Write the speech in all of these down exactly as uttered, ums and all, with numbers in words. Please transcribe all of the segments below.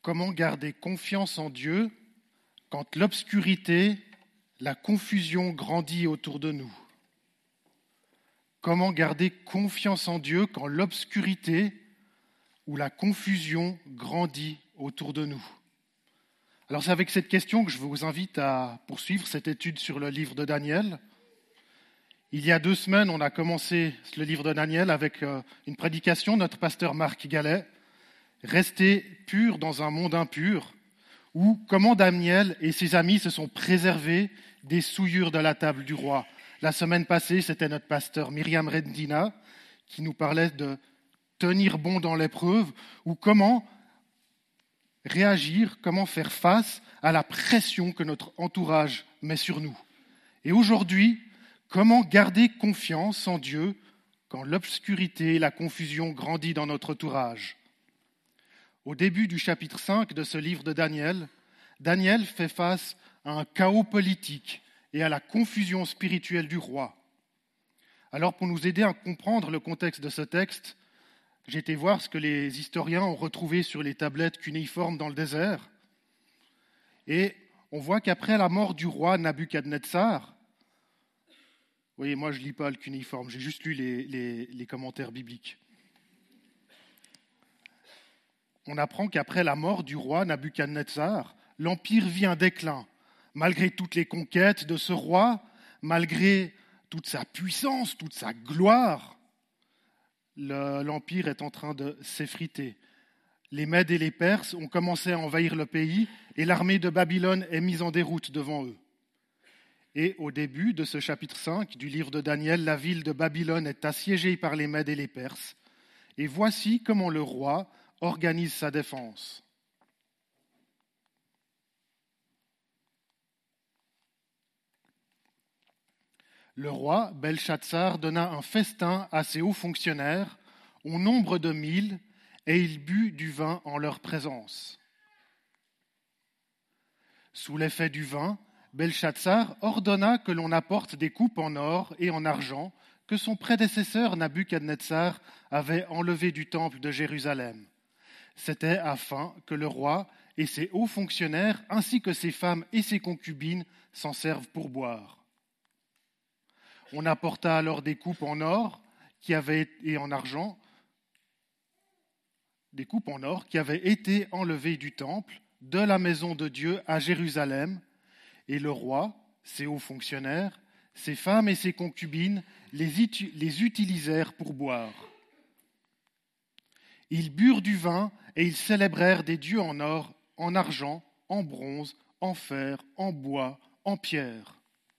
Comment garder confiance en Dieu quand l'obscurité, la confusion grandit autour de nous? Comment garder confiance en Dieu quand l'obscurité ou la confusion grandit autour de nous? Alors c'est avec cette question que je vous invite à poursuivre cette étude sur le livre de Daniel. Il y a deux semaines, on a commencé le livre de Daniel avec une prédication de notre pasteur Marc Gallet, « Rester pur dans un monde impur », où comment Daniel et ses amis se sont préservés des souillures de la table du roi. La semaine passée, c'était notre pasteur Myriam Rendina qui nous parlait de tenir bon dans l'épreuve, ou comment réagir, comment faire face à la pression que notre entourage met sur nous. Et aujourd'hui, comment garder confiance en Dieu quand l'obscurité et la confusion grandit dans notre entourage? Au début du chapitre cinq de ce livre de Daniel, Daniel fait face à un chaos politique et à la confusion spirituelle du roi. Alors, pour nous aider à comprendre le contexte de ce texte, j'ai été voir ce que les historiens ont retrouvé sur les tablettes cunéiformes dans le désert. Et on voit qu'après la mort du roi Nabuchodonosor, vous voyez, moi je ne lis pas le cunéiforme, j'ai juste lu les, les, les commentaires bibliques. On apprend qu'après la mort du roi Nabuchodonosor, l'empire vit un déclin. Malgré toutes les conquêtes de ce roi, malgré toute sa puissance, toute sa gloire, le, l'empire est en train de s'effriter. Les Mèdes et les Perses ont commencé à envahir le pays et l'armée de Babylone est mise en déroute devant eux. Et au début de ce chapitre cinq du livre de Daniel, la ville de Babylone est assiégée par les Mèdes et les Perses. Et voici comment le roi organise sa défense. Le roi Belshazzar donna un festin à ses hauts fonctionnaires, au nombre de mille, et il but du vin en leur présence. Sous l'effet du vin, Belshazzar ordonna que l'on apporte des coupes en or et en argent que son prédécesseur Nabuchodonosor avait enlevées du temple de Jérusalem. C'était afin que le roi et ses hauts fonctionnaires, ainsi que ses femmes et ses concubines, s'en servent pour boire. On apporta alors des coupes en or qui avaient, et en argent, des coupes en or qui avaient été enlevées du temple, de la maison de Dieu à Jérusalem, et le roi, ses hauts fonctionnaires, ses femmes et ses concubines les, it- les utilisèrent pour boire. Ils burent du vin et ils célébrèrent des dieux en or, en argent, en bronze, en fer, en bois, en pierre.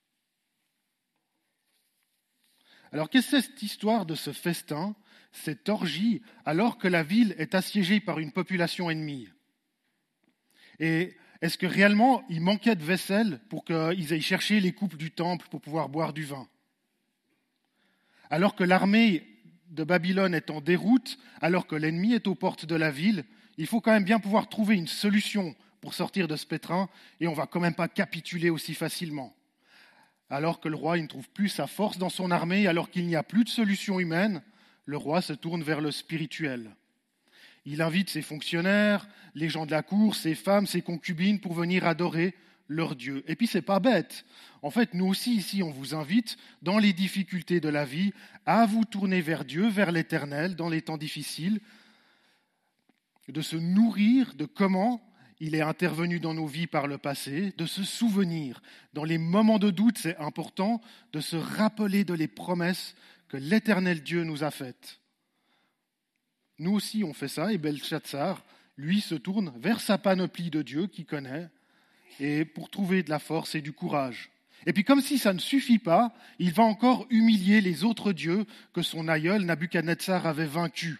Alors, qu'est-ce que c'est cette histoire de ce festin, cette orgie, alors que la ville est assiégée par une population ennemie? Et est-ce que réellement, il manquait de vaisselle pour qu'ils aillent chercher les coupes du temple pour pouvoir boire du vin? Alors que l'armée de Babylone est en déroute, alors que l'ennemi est aux portes de la ville, il faut quand même bien pouvoir trouver une solution pour sortir de ce pétrin, et on ne va quand même pas capituler aussi facilement. Alors que le roi il ne trouve plus sa force dans son armée, alors qu'il n'y a plus de solution humaine, le roi se tourne vers le spirituel. Il invite ses fonctionnaires, les gens de la cour, ses femmes, ses concubines pour venir adorer leur Dieu. Et puis c'est pas bête. En fait, nous aussi ici, on vous invite, dans les difficultés de la vie, à vous tourner vers Dieu, vers l'Éternel, dans les temps difficiles, de se nourrir de comment il est intervenu dans nos vies par le passé, de se souvenir. Dans les moments de doute, c'est important de se rappeler de les promesses que l'Éternel Dieu nous a faites. Nous aussi, on fait ça, et Belshazzar, lui, se tourne vers sa panoplie de Dieu qu'il connaît, et pour trouver de la force et du courage. Et puis comme si ça ne suffit pas, il va encore humilier les autres dieux que son aïeul Nabuchodonosor avait vaincus.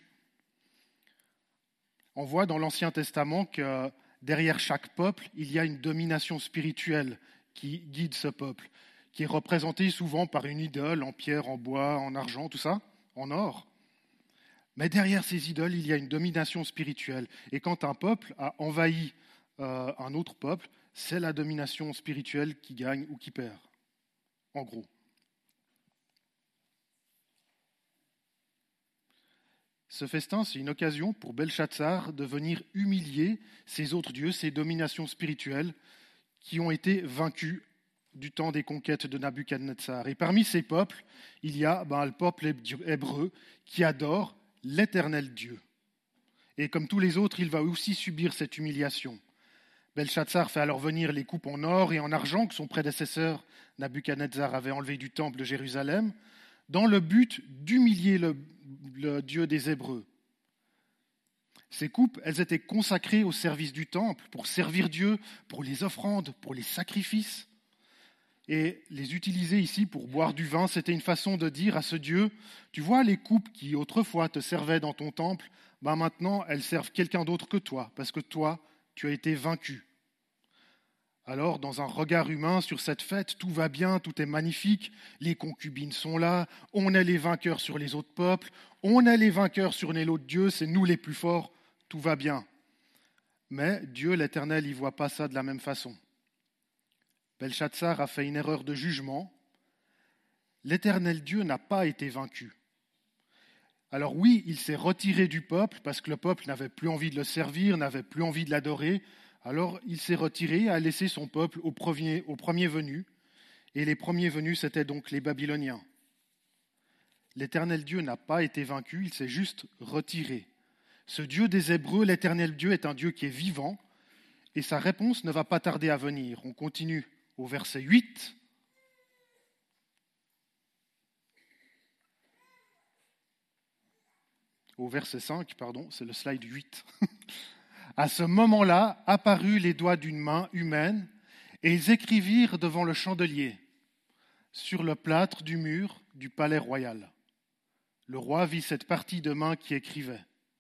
On voit dans l'Ancien Testament que derrière chaque peuple, il y a une domination spirituelle qui guide ce peuple, qui est représentée souvent par une idole en pierre, en bois, en argent, tout ça, en or. Mais derrière ces idoles, il y a une domination spirituelle. Et quand un peuple a envahi euh, un autre peuple, c'est la domination spirituelle qui gagne ou qui perd, en gros. Ce festin, c'est une occasion pour Belshazzar de venir humilier ces autres dieux, ces dominations spirituelles qui ont été vaincus du temps des conquêtes de Nabuchodonosor. Et parmi ces peuples, il y a ben, le peuple hébreu qui adore l'éternel Dieu. Et comme tous les autres, il va aussi subir cette humiliation. Belshazzar fait alors venir les coupes en or et en argent que son prédécesseur Nabuchodonosor avait enlevées du temple de Jérusalem, dans le but d'humilier le, le Dieu des Hébreux. Ces coupes, elles étaient consacrées au service du temple, pour servir Dieu, pour les offrandes, pour les sacrifices. Et les utiliser ici pour boire du vin, c'était une façon de dire à ce Dieu, tu vois les coupes qui autrefois te servaient dans ton temple, ben maintenant elles servent quelqu'un d'autre que toi, parce que toi, tu as été vaincu. Alors, dans un regard humain sur cette fête, tout va bien, tout est magnifique, les concubines sont là, on est les vainqueurs sur les autres peuples, on est les vainqueurs sur les autres dieux, c'est nous les plus forts, tout va bien. Mais Dieu l'Éternel, il ne voit pas ça de la même façon. Belshazzar a fait une erreur de jugement. L'Éternel Dieu n'a pas été vaincu. Alors oui, il s'est retiré du peuple parce que le peuple n'avait plus envie de le servir, n'avait plus envie de l'adorer. Alors il s'est retiré et a laissé son peuple au premier, au premier venu. Et les premiers venus, c'était donc les Babyloniens. L'Éternel Dieu n'a pas été vaincu, il s'est juste retiré. Ce Dieu des Hébreux, l'Éternel Dieu, est un Dieu qui est vivant et sa réponse ne va pas tarder à venir. On continue au verset huit. Au verset cinq, pardon, c'est le slide huit. À ce moment-là, apparurent les doigts d'une main humaine, et ils écrivirent devant le chandelier, sur le plâtre du mur du palais royal. Le roi vit cette partie de main qui écrivait.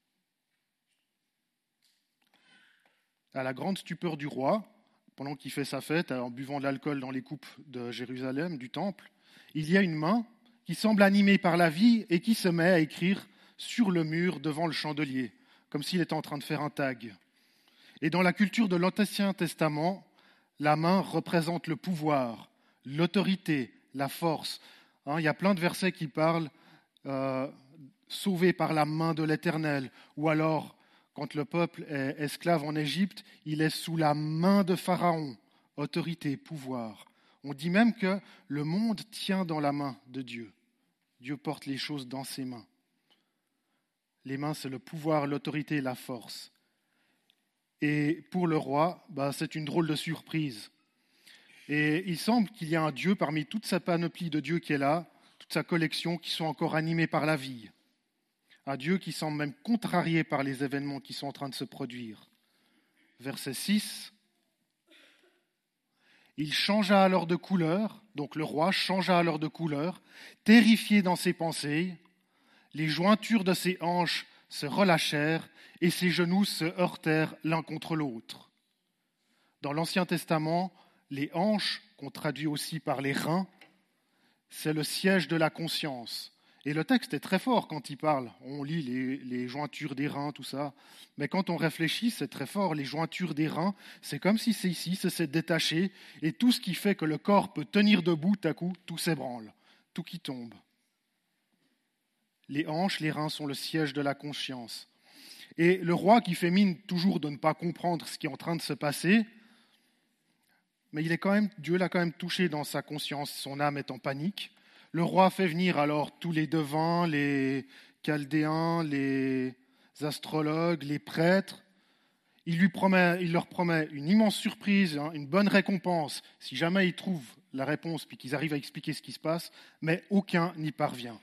À la grande stupeur du roi, pendant qu'il fait sa fête, en buvant de l'alcool dans les coupes de Jérusalem, du temple, il y a une main qui semble animée par la vie et qui se met à écrire sur le mur devant le chandelier, comme s'il était en train de faire un tag. Et dans la culture de l'Ancien Testament, la main représente le pouvoir, l'autorité, la force. Hein, il y a plein de versets qui parlent euh, sauvé par la main de l'Éternel, ou alors quand le peuple est esclave en Égypte, il est sous la main de Pharaon, autorité, pouvoir. On dit même que le monde tient dans la main de Dieu. Dieu porte les choses dans ses mains. Les mains, c'est le pouvoir, l'autorité et la force. Et pour le roi, bah, c'est une drôle de surprise. Et il semble qu'il y a un Dieu parmi toute sa panoplie de dieux qui est là, toute sa collection, qui sont encore animés par la vie. Un Dieu qui semble même contrarié par les événements qui sont en train de se produire. Verset six. Il changea alors de couleur, donc le roi changea alors de couleur, terrifié dans ses pensées. Les jointures de ses hanches se relâchèrent et ses genoux se heurtèrent l'un contre l'autre. Dans l'Ancien Testament, les hanches, qu'on traduit aussi par les reins, c'est le siège de la conscience. Et le texte est très fort quand il parle. On lit les, les jointures des reins, tout ça. Mais quand on réfléchit, c'est très fort. Les jointures des reins, c'est comme si c'est ici, ça s'est détaché. Et tout ce qui fait que le corps peut tenir debout, tout à coup, tout s'ébranle. Tout qui tombe. Les hanches, les reins sont le siège de la conscience. Et le roi qui fait mine toujours de ne pas comprendre ce qui est en train de se passer, mais il est quand même, Dieu l'a quand même touché dans sa conscience, son âme est en panique. Le roi fait venir alors tous les devins, les chaldéens, les astrologues, les prêtres. Il, lui promet, il leur promet une immense surprise, hein, une bonne récompense, si jamais ils trouvent la réponse puis qu'ils arrivent à expliquer ce qui se passe, mais aucun n'y parvient.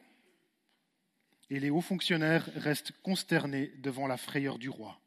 Et les hauts fonctionnaires restent consternés devant la frayeur du roi.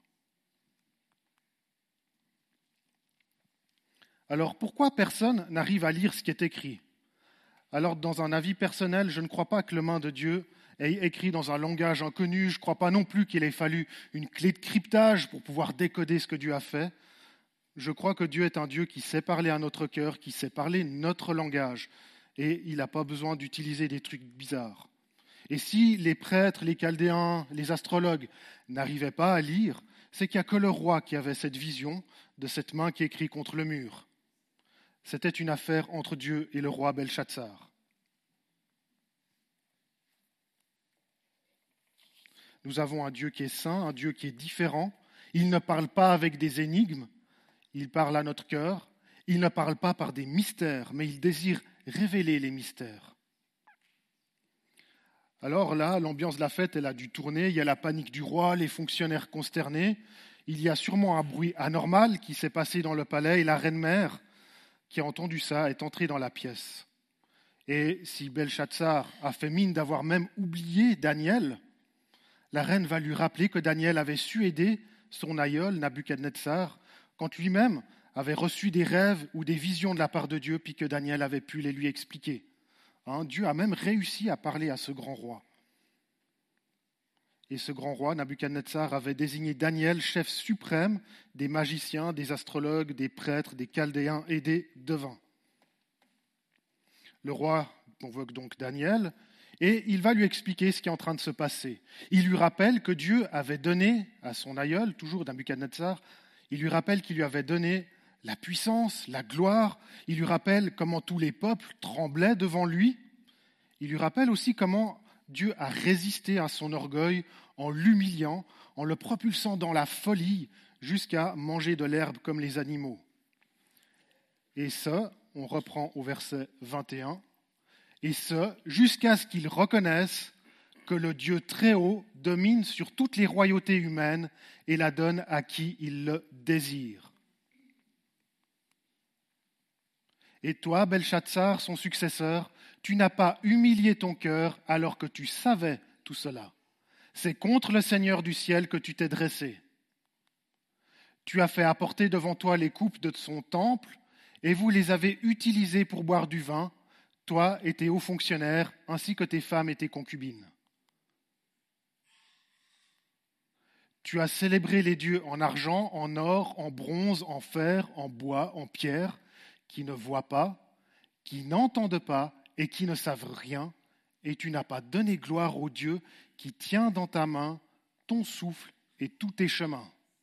Alors pourquoi personne n'arrive à lire ce qui est écrit ? Alors dans un avis personnel, je ne crois pas que le main de Dieu ait écrit dans un langage inconnu, je ne crois pas non plus qu'il ait fallu une clé de cryptage pour pouvoir décoder ce que Dieu a fait. Je crois que Dieu est un Dieu qui sait parler à notre cœur, qui sait parler notre langage, et il n'a pas besoin d'utiliser des trucs bizarres. Et si les prêtres, les chaldéens, les astrologues n'arrivaient pas à lire, c'est qu'il n'y a que le roi qui avait cette vision de cette main qui écrit contre le mur. C'était une affaire entre Dieu et le roi Belshazzar. Nous avons un Dieu qui est saint, un Dieu qui est différent. Il ne parle pas avec des énigmes, il parle à notre cœur. Il ne parle pas par des mystères, mais il désire révéler les mystères. Alors là, l'ambiance de la fête, elle a dû tourner. Il y a la panique du roi, les fonctionnaires consternés. Il y a sûrement un bruit anormal qui s'est passé dans le palais et la reine-mère, qui a entendu ça, est entrée dans la pièce. Et si Belshazzar a fait mine d'avoir même oublié Daniel, la reine va lui rappeler que Daniel avait su aider son aïeul, Nabuchodonosor, quand lui-même avait reçu des rêves ou des visions de la part de Dieu, puis que Daniel avait pu les lui expliquer. Hein, Dieu a même réussi à parler à ce grand roi. Et ce grand roi, Nabuchodonosor, avait désigné Daniel chef suprême des magiciens, des astrologues, des prêtres, des chaldéens et des devins. Le roi convoque donc Daniel et il va lui expliquer ce qui est en train de se passer. Il lui rappelle que Dieu avait donné à son aïeul, toujours Nabuchodonosor, il lui rappelle qu'il lui avait donné la puissance, la gloire. Il lui rappelle comment tous les peuples tremblaient devant lui. Il lui rappelle aussi comment Dieu a résisté à son orgueil en l'humiliant, en le propulsant dans la folie jusqu'à manger de l'herbe comme les animaux. Et ça, on reprend au verset vingt et un, et ce, jusqu'à ce qu'il reconnaisse que le Dieu très haut domine sur toutes les royautés humaines et la donne à qui il le désire. Et toi, Belshazzar, son successeur, tu n'as pas humilié ton cœur alors que tu savais tout cela. C'est contre le Seigneur du ciel que tu t'es dressé. Tu as fait apporter devant toi les coupes de son temple et vous les avez utilisées pour boire du vin, toi et tes hauts fonctionnaires, ainsi que tes femmes et tes concubines. Tu as célébré les dieux en argent, en or, en bronze, en fer, en bois, en pierre, qui ne voient pas, qui n'entendent pas et qui ne savent rien, et tu n'as pas donné gloire au Dieu qui tient dans ta main ton souffle et tous tes chemins.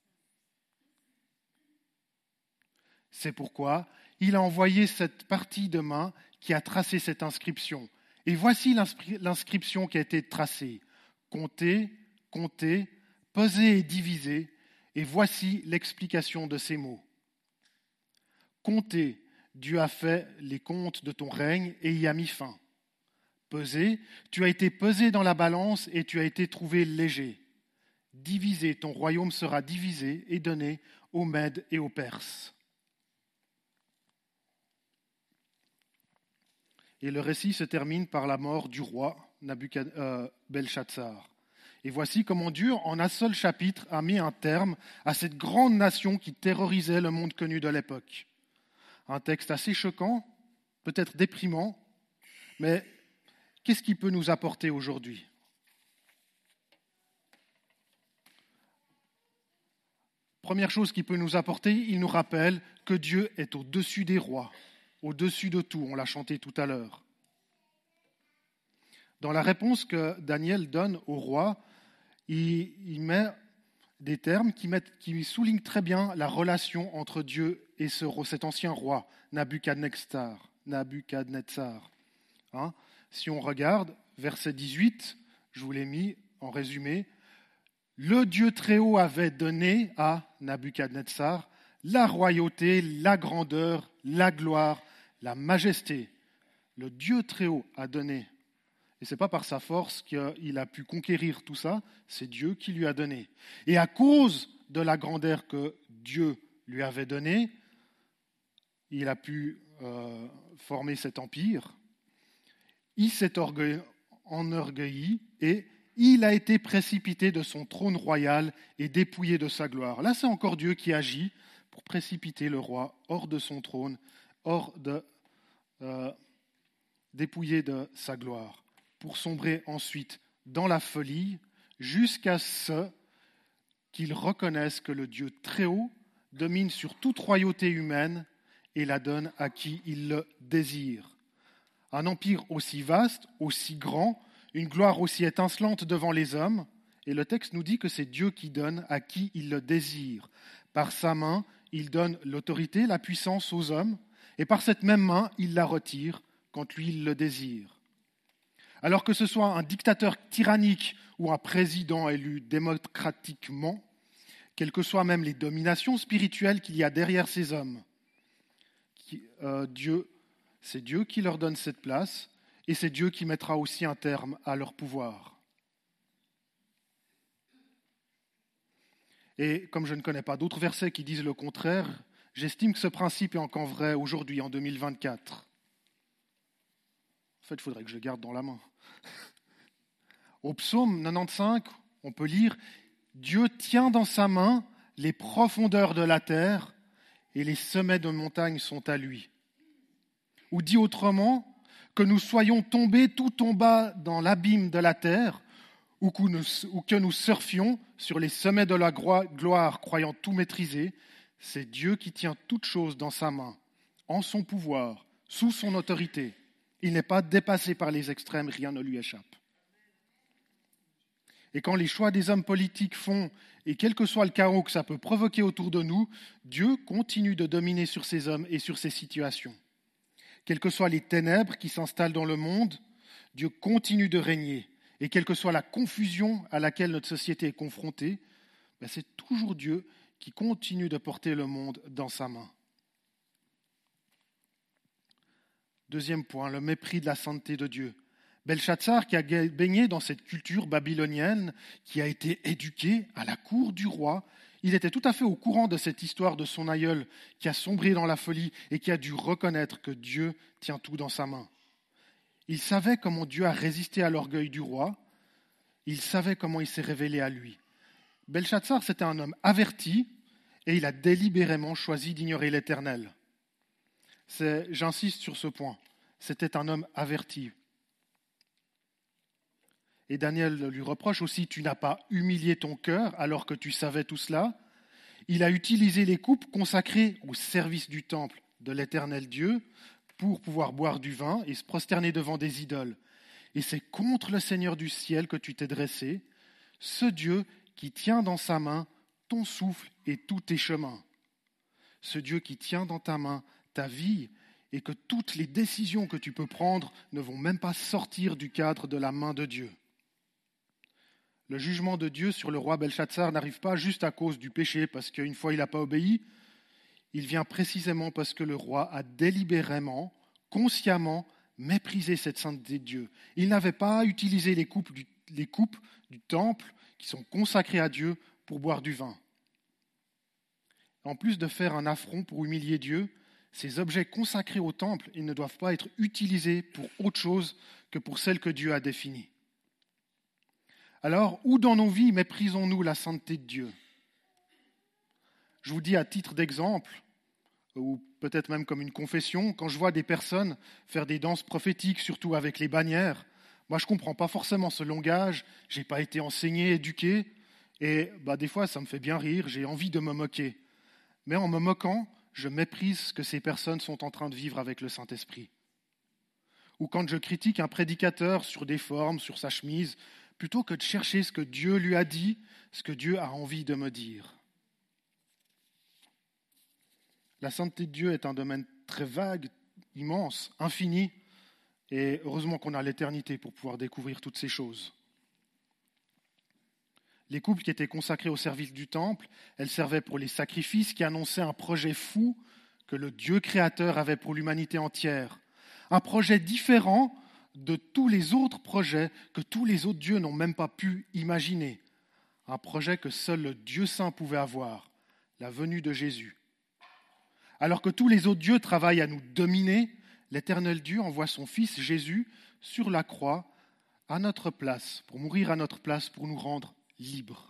C'est pourquoi il a envoyé cette partie de main qui a tracé cette inscription. Et voici l'inscription qui a été tracée. Comptez, comptez, pesez et divisez, et voici l'explication de ces mots. Comptez, Dieu a fait les comptes de ton règne et y a mis fin. Pesez, tu as été pesé dans la balance et tu as été trouvé léger. Divisé, ton royaume sera divisé et donné aux Mèdes et aux Perses. Et le récit se termine par la mort du roi Nabuchad- euh, Belshazzar. Et voici comment Dieu, en un seul chapitre, a mis un terme à cette grande nation qui terrorisait le monde connu de l'époque. Un texte assez choquant, peut-être déprimant, mais qu'est-ce qu'il peut nous apporter aujourd'hui ? Première chose qu'il peut nous apporter, il nous rappelle que Dieu est au-dessus des rois, au-dessus de tout, on l'a chanté tout à l'heure. Dans la réponse que Daniel donne au roi, il, il met des termes qui, mettent, qui soulignent très bien la relation entre Dieu et ce, cet ancien roi, Nabuchodonosor. Nabuchodonosor. Hein? Si on regarde, verset dix-huit, je vous l'ai mis en résumé, le Dieu très haut avait donné à Nabuchodonosor la royauté, la grandeur, la gloire, la majesté. Le Dieu très haut a donné. Et ce n'est pas par sa force qu'il a pu conquérir tout ça, c'est Dieu qui lui a donné. Et à cause de la grandeur que Dieu lui avait donnée, il a pu euh, former cet empire. Il s'est enorgueilli et il a été précipité de son trône royal et dépouillé de sa gloire. Là, c'est encore Dieu qui agit pour précipiter le roi hors de son trône, hors de, euh, dépouillé de sa gloire, pour sombrer ensuite dans la folie, jusqu'à ce qu'il reconnaisse que le Dieu très haut domine sur toute royauté humaine et la donne à qui il le désire. Un empire aussi vaste, aussi grand, une gloire aussi étincelante devant les hommes, et le texte nous dit que c'est Dieu qui donne à qui il le désire. Par sa main, il donne l'autorité, la puissance aux hommes, et par cette même main, il la retire quand lui, il le désire. Alors que ce soit un dictateur tyrannique ou un président élu démocratiquement, quelles que soient même les dominations spirituelles qu'il y a derrière ces hommes, qui, euh, Dieu, c'est Dieu qui leur donne cette place et c'est Dieu qui mettra aussi un terme à leur pouvoir. Et comme je ne connais pas d'autres versets qui disent le contraire, j'estime que ce principe est encore vrai aujourd'hui, en deux mille vingt-quatre. En fait, il faudrait que je le garde dans la main. Au psaume quatre-vingt-quinze, on peut lire « Dieu tient dans sa main les profondeurs de la terre et les sommets de montagnes sont à lui. » Ou dit autrement, que nous soyons tombés tout en bas dans l'abîme de la terre ou que nous, ou que nous surfions sur les sommets de la gloire croyant tout maîtriser, c'est Dieu qui tient toutes choses dans sa main, en son pouvoir, sous son autorité. Il n'est pas dépassé par les extrêmes, rien ne lui échappe. Et quand les choix des hommes politiques font, et quel que soit le chaos que ça peut provoquer autour de nous, Dieu continue de dominer sur ces hommes et sur ces situations. Quelles que soient les ténèbres qui s'installent dans le monde, Dieu continue de régner. Et quelle que soit la confusion à laquelle notre société est confrontée, ben c'est toujours Dieu qui continue de porter le monde dans sa main. Deuxième point, le mépris de la sainteté de Dieu. Belchatsar, qui a baigné dans cette culture babylonienne, qui a été éduqué à la cour du roi, il était tout à fait au courant de cette histoire de son aïeul qui a sombré dans la folie et qui a dû reconnaître que Dieu tient tout dans sa main. Il savait comment Dieu a résisté à l'orgueil du roi, il savait comment il s'est révélé à lui. Belchatsar, c'était un homme averti et il a délibérément choisi d'ignorer l'Éternel. C'est, j'insiste sur ce point, c'était un homme averti. Et Daniel lui reproche aussi, tu n'as pas humilié ton cœur alors que tu savais tout cela. Il a utilisé les coupes consacrées au service du temple de l'Éternel Dieu pour pouvoir boire du vin et se prosterner devant des idoles. Et c'est contre le Seigneur du ciel que tu t'es dressé, ce Dieu qui tient dans sa main ton souffle et tous tes chemins. Ce Dieu qui tient dans ta main ta vie et que toutes les décisions que tu peux prendre ne vont même pas sortir du cadre de la main de Dieu. Le jugement de Dieu sur le roi Belchatsar n'arrive pas juste à cause du péché, parce qu'une fois il n'a pas obéi. Il vient précisément parce que le roi a délibérément, consciemment méprisé cette sainteté de Dieu. Il n'avait pas utilisé les coupes du, les coupes du temple qui sont consacrées à Dieu pour boire du vin. En plus de faire un affront pour humilier Dieu, ces objets consacrés au temple, ils ne doivent pas être utilisés pour autre chose que pour celle que Dieu a définie. Alors, où dans nos vies méprisons-nous la sainteté de Dieu ? Je vous dis à titre d'exemple, ou peut-être même comme une confession, quand je vois des personnes faire des danses prophétiques, surtout avec les bannières, moi je ne comprends pas forcément ce langage, je n'ai pas été enseigné, éduqué, et bah, des fois ça me fait bien rire, j'ai envie de me moquer. Mais en me moquant, je méprise ce que ces personnes sont en train de vivre avec le Saint-Esprit. Ou quand je critique un prédicateur sur des formes, sur sa chemise, plutôt que de chercher ce que Dieu lui a dit, ce que Dieu a envie de me dire. La sainteté de Dieu est un domaine très vague, immense, infini, et heureusement qu'on a l'éternité pour pouvoir découvrir toutes ces choses. Les couples qui étaient consacrés au service du temple, elles servaient pour les sacrifices qui annonçaient un projet fou que le Dieu créateur avait pour l'humanité entière. Un projet différent de tous les autres projets que tous les autres dieux n'ont même pas pu imaginer. Un projet que seul le Dieu saint pouvait avoir, la venue de Jésus. Alors que tous les autres dieux travaillent à nous dominer, l'Éternel Dieu envoie son Fils Jésus sur la croix à notre place, pour mourir à notre place, pour nous rendre libres.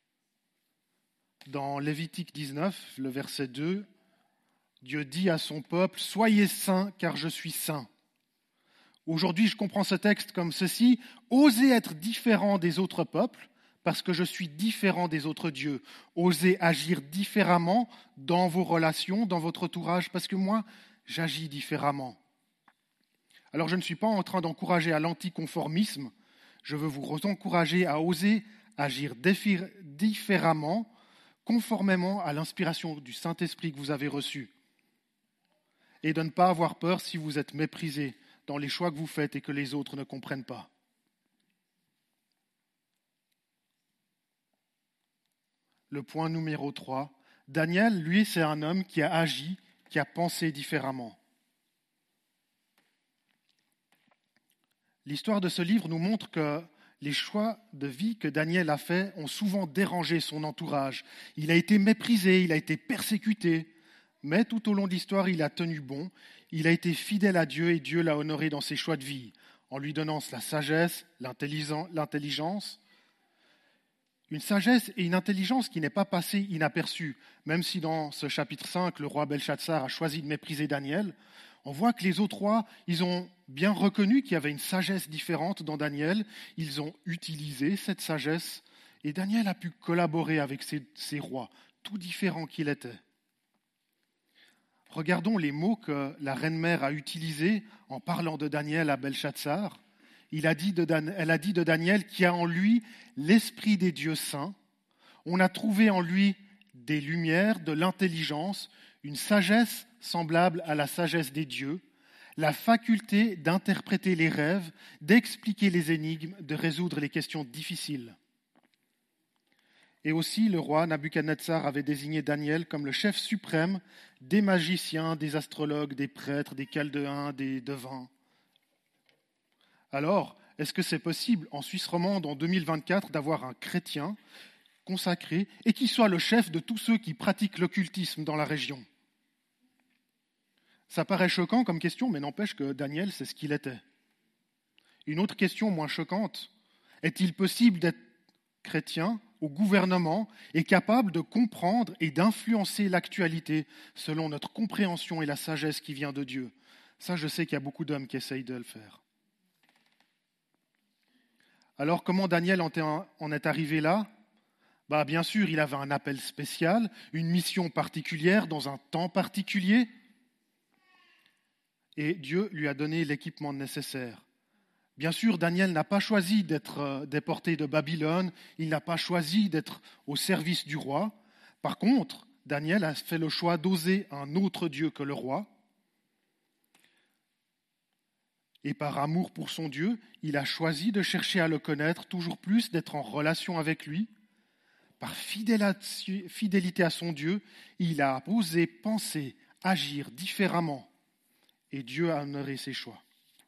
Dans Lévitique dix-neuf, le verset deux, Dieu dit à son peuple « Soyez saints, car je suis saint ». Aujourd'hui, je comprends ce texte comme ceci, « Osez être différent des autres peuples, parce que je suis différent des autres dieux. Osez agir différemment dans vos relations, dans votre entourage, parce que moi, j'agis différemment. » Alors, je ne suis pas en train d'encourager à l'anticonformisme, je veux vous encourager à oser agir différemment, conformément à l'inspiration du Saint-Esprit que vous avez reçue. Et de ne pas avoir peur si vous êtes méprisé dans les choix que vous faites et que les autres ne comprennent pas. le point numéro trois. Daniel, lui, c'est un homme qui a agi, qui a pensé différemment. L'histoire de ce livre nous montre que les choix de vie que Daniel a faits ont souvent dérangé son entourage. Il a été méprisé, il a été persécuté, mais tout au long de l'histoire, il a tenu bon. Il a été fidèle à Dieu et Dieu l'a honoré dans ses choix de vie, en lui donnant la sagesse, l'intelligence, une sagesse et une intelligence qui n'est pas passée inaperçue. Même si dans ce chapitre cinq, le roi Belshazzar a choisi de mépriser Daniel, on voit que les autres rois, ils ont bien reconnu qu'il y avait une sagesse différente dans Daniel. Ils ont utilisé cette sagesse et Daniel a pu collaborer avec ces, ces rois, tout différents qu'il était. Regardons les mots que la reine-mère a utilisés en parlant de Daniel à Belshazzar. Il a dit de Dan- elle a dit de Daniel qu'il y a en lui l'esprit des dieux saints. On a trouvé en lui des lumières, de l'intelligence, une sagesse semblable à la sagesse des dieux, la faculté d'interpréter les rêves, d'expliquer les énigmes, de résoudre les questions difficiles. Et aussi, le roi Nabuchodonosor avait désigné Daniel comme le chef suprême des magiciens, des astrologues, des prêtres, des chaldéens, des devins. Alors, est-ce que c'est possible en Suisse romande en deux mille vingt-quatre d'avoir un chrétien consacré et qui soit le chef de tous ceux qui pratiquent l'occultisme dans la région ? Ça paraît choquant comme question, mais n'empêche que Daniel, c'est ce qu'il était. Une autre question moins choquante, est-il possible d'être chrétien au gouvernement et capable de comprendre et d'influencer l'actualité selon notre compréhension et la sagesse qui vient de Dieu ? Ça, je sais qu'il y a beaucoup d'hommes qui essayent de le faire. Alors, comment Daniel en est arrivé là ? Bah, bien sûr, il avait un appel spécial, une mission particulière dans un temps particulier. Et Dieu lui a donné l'équipement nécessaire. Bien sûr, Daniel n'a pas choisi d'être déporté de Babylone, il n'a pas choisi d'être au service du roi. Par contre, Daniel a fait le choix d'oser un autre Dieu que le roi. Et par amour pour son Dieu, il a choisi de chercher à le connaître toujours plus, d'être en relation avec lui. Par fidélité à son Dieu, il a osé penser, agir différemment. Et Dieu a honoré ses choix.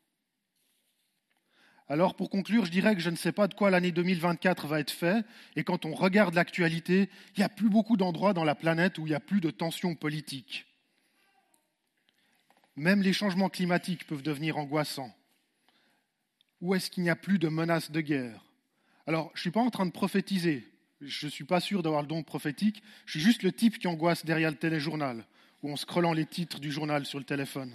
Alors, pour conclure, je dirais que je ne sais pas de quoi l'année deux mille vingt-quatre va être faite. Et quand on regarde l'actualité, il n'y a plus beaucoup d'endroits dans la planète où il n'y a plus de tensions politiques. Même les changements climatiques peuvent devenir angoissants. Où est-ce qu'il n'y a plus de menaces de guerre ? Alors, je ne suis pas en train de prophétiser. Je ne suis pas sûr d'avoir le don prophétique. Je suis juste le type qui angoisse derrière le téléjournal, ou en scrollant les titres du journal sur le téléphone.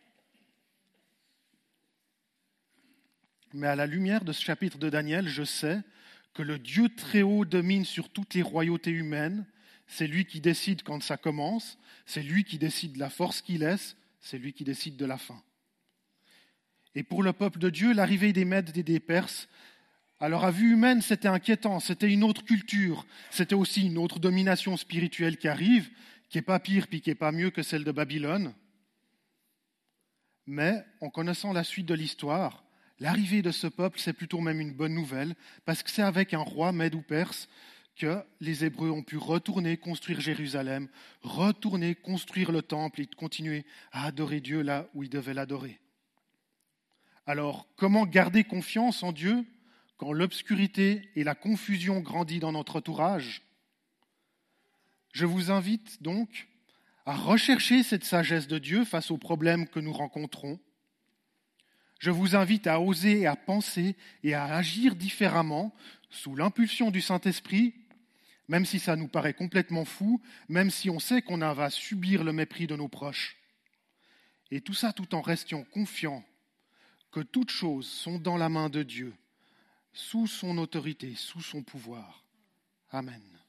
Mais à la lumière de ce chapitre de Daniel, je sais que le Dieu très haut domine sur toutes les royautés humaines. C'est lui qui décide quand ça commence, c'est lui qui décide de la force qu'il laisse, c'est lui qui décide de la fin. Et pour le peuple de Dieu, l'arrivée des Mèdes et des Perses, alors à vue humaine, c'était inquiétant, c'était une autre culture, c'était aussi une autre domination spirituelle qui arrive, qui n'est pas pire puis qui n'est pas mieux que celle de Babylone. Mais en connaissant la suite de l'histoire, l'arrivée de ce peuple, c'est plutôt même une bonne nouvelle, parce que c'est avec un roi Mède ou Perse que les Hébreux ont pu retourner construire Jérusalem, retourner construire le temple et continuer à adorer Dieu là où ils devaient l'adorer. Alors, comment garder confiance en Dieu quand l'obscurité et la confusion grandissent dans notre entourage ? Je vous invite donc à rechercher cette sagesse de Dieu face aux problèmes que nous rencontrons. Je vous invite à oser, à penser et à agir différemment sous l'impulsion du Saint-Esprit, même si ça nous paraît complètement fou, même si on sait qu'on va subir le mépris de nos proches. Et tout ça tout en restant confiants que toutes choses sont dans la main de Dieu, sous son autorité, sous son pouvoir. Amen.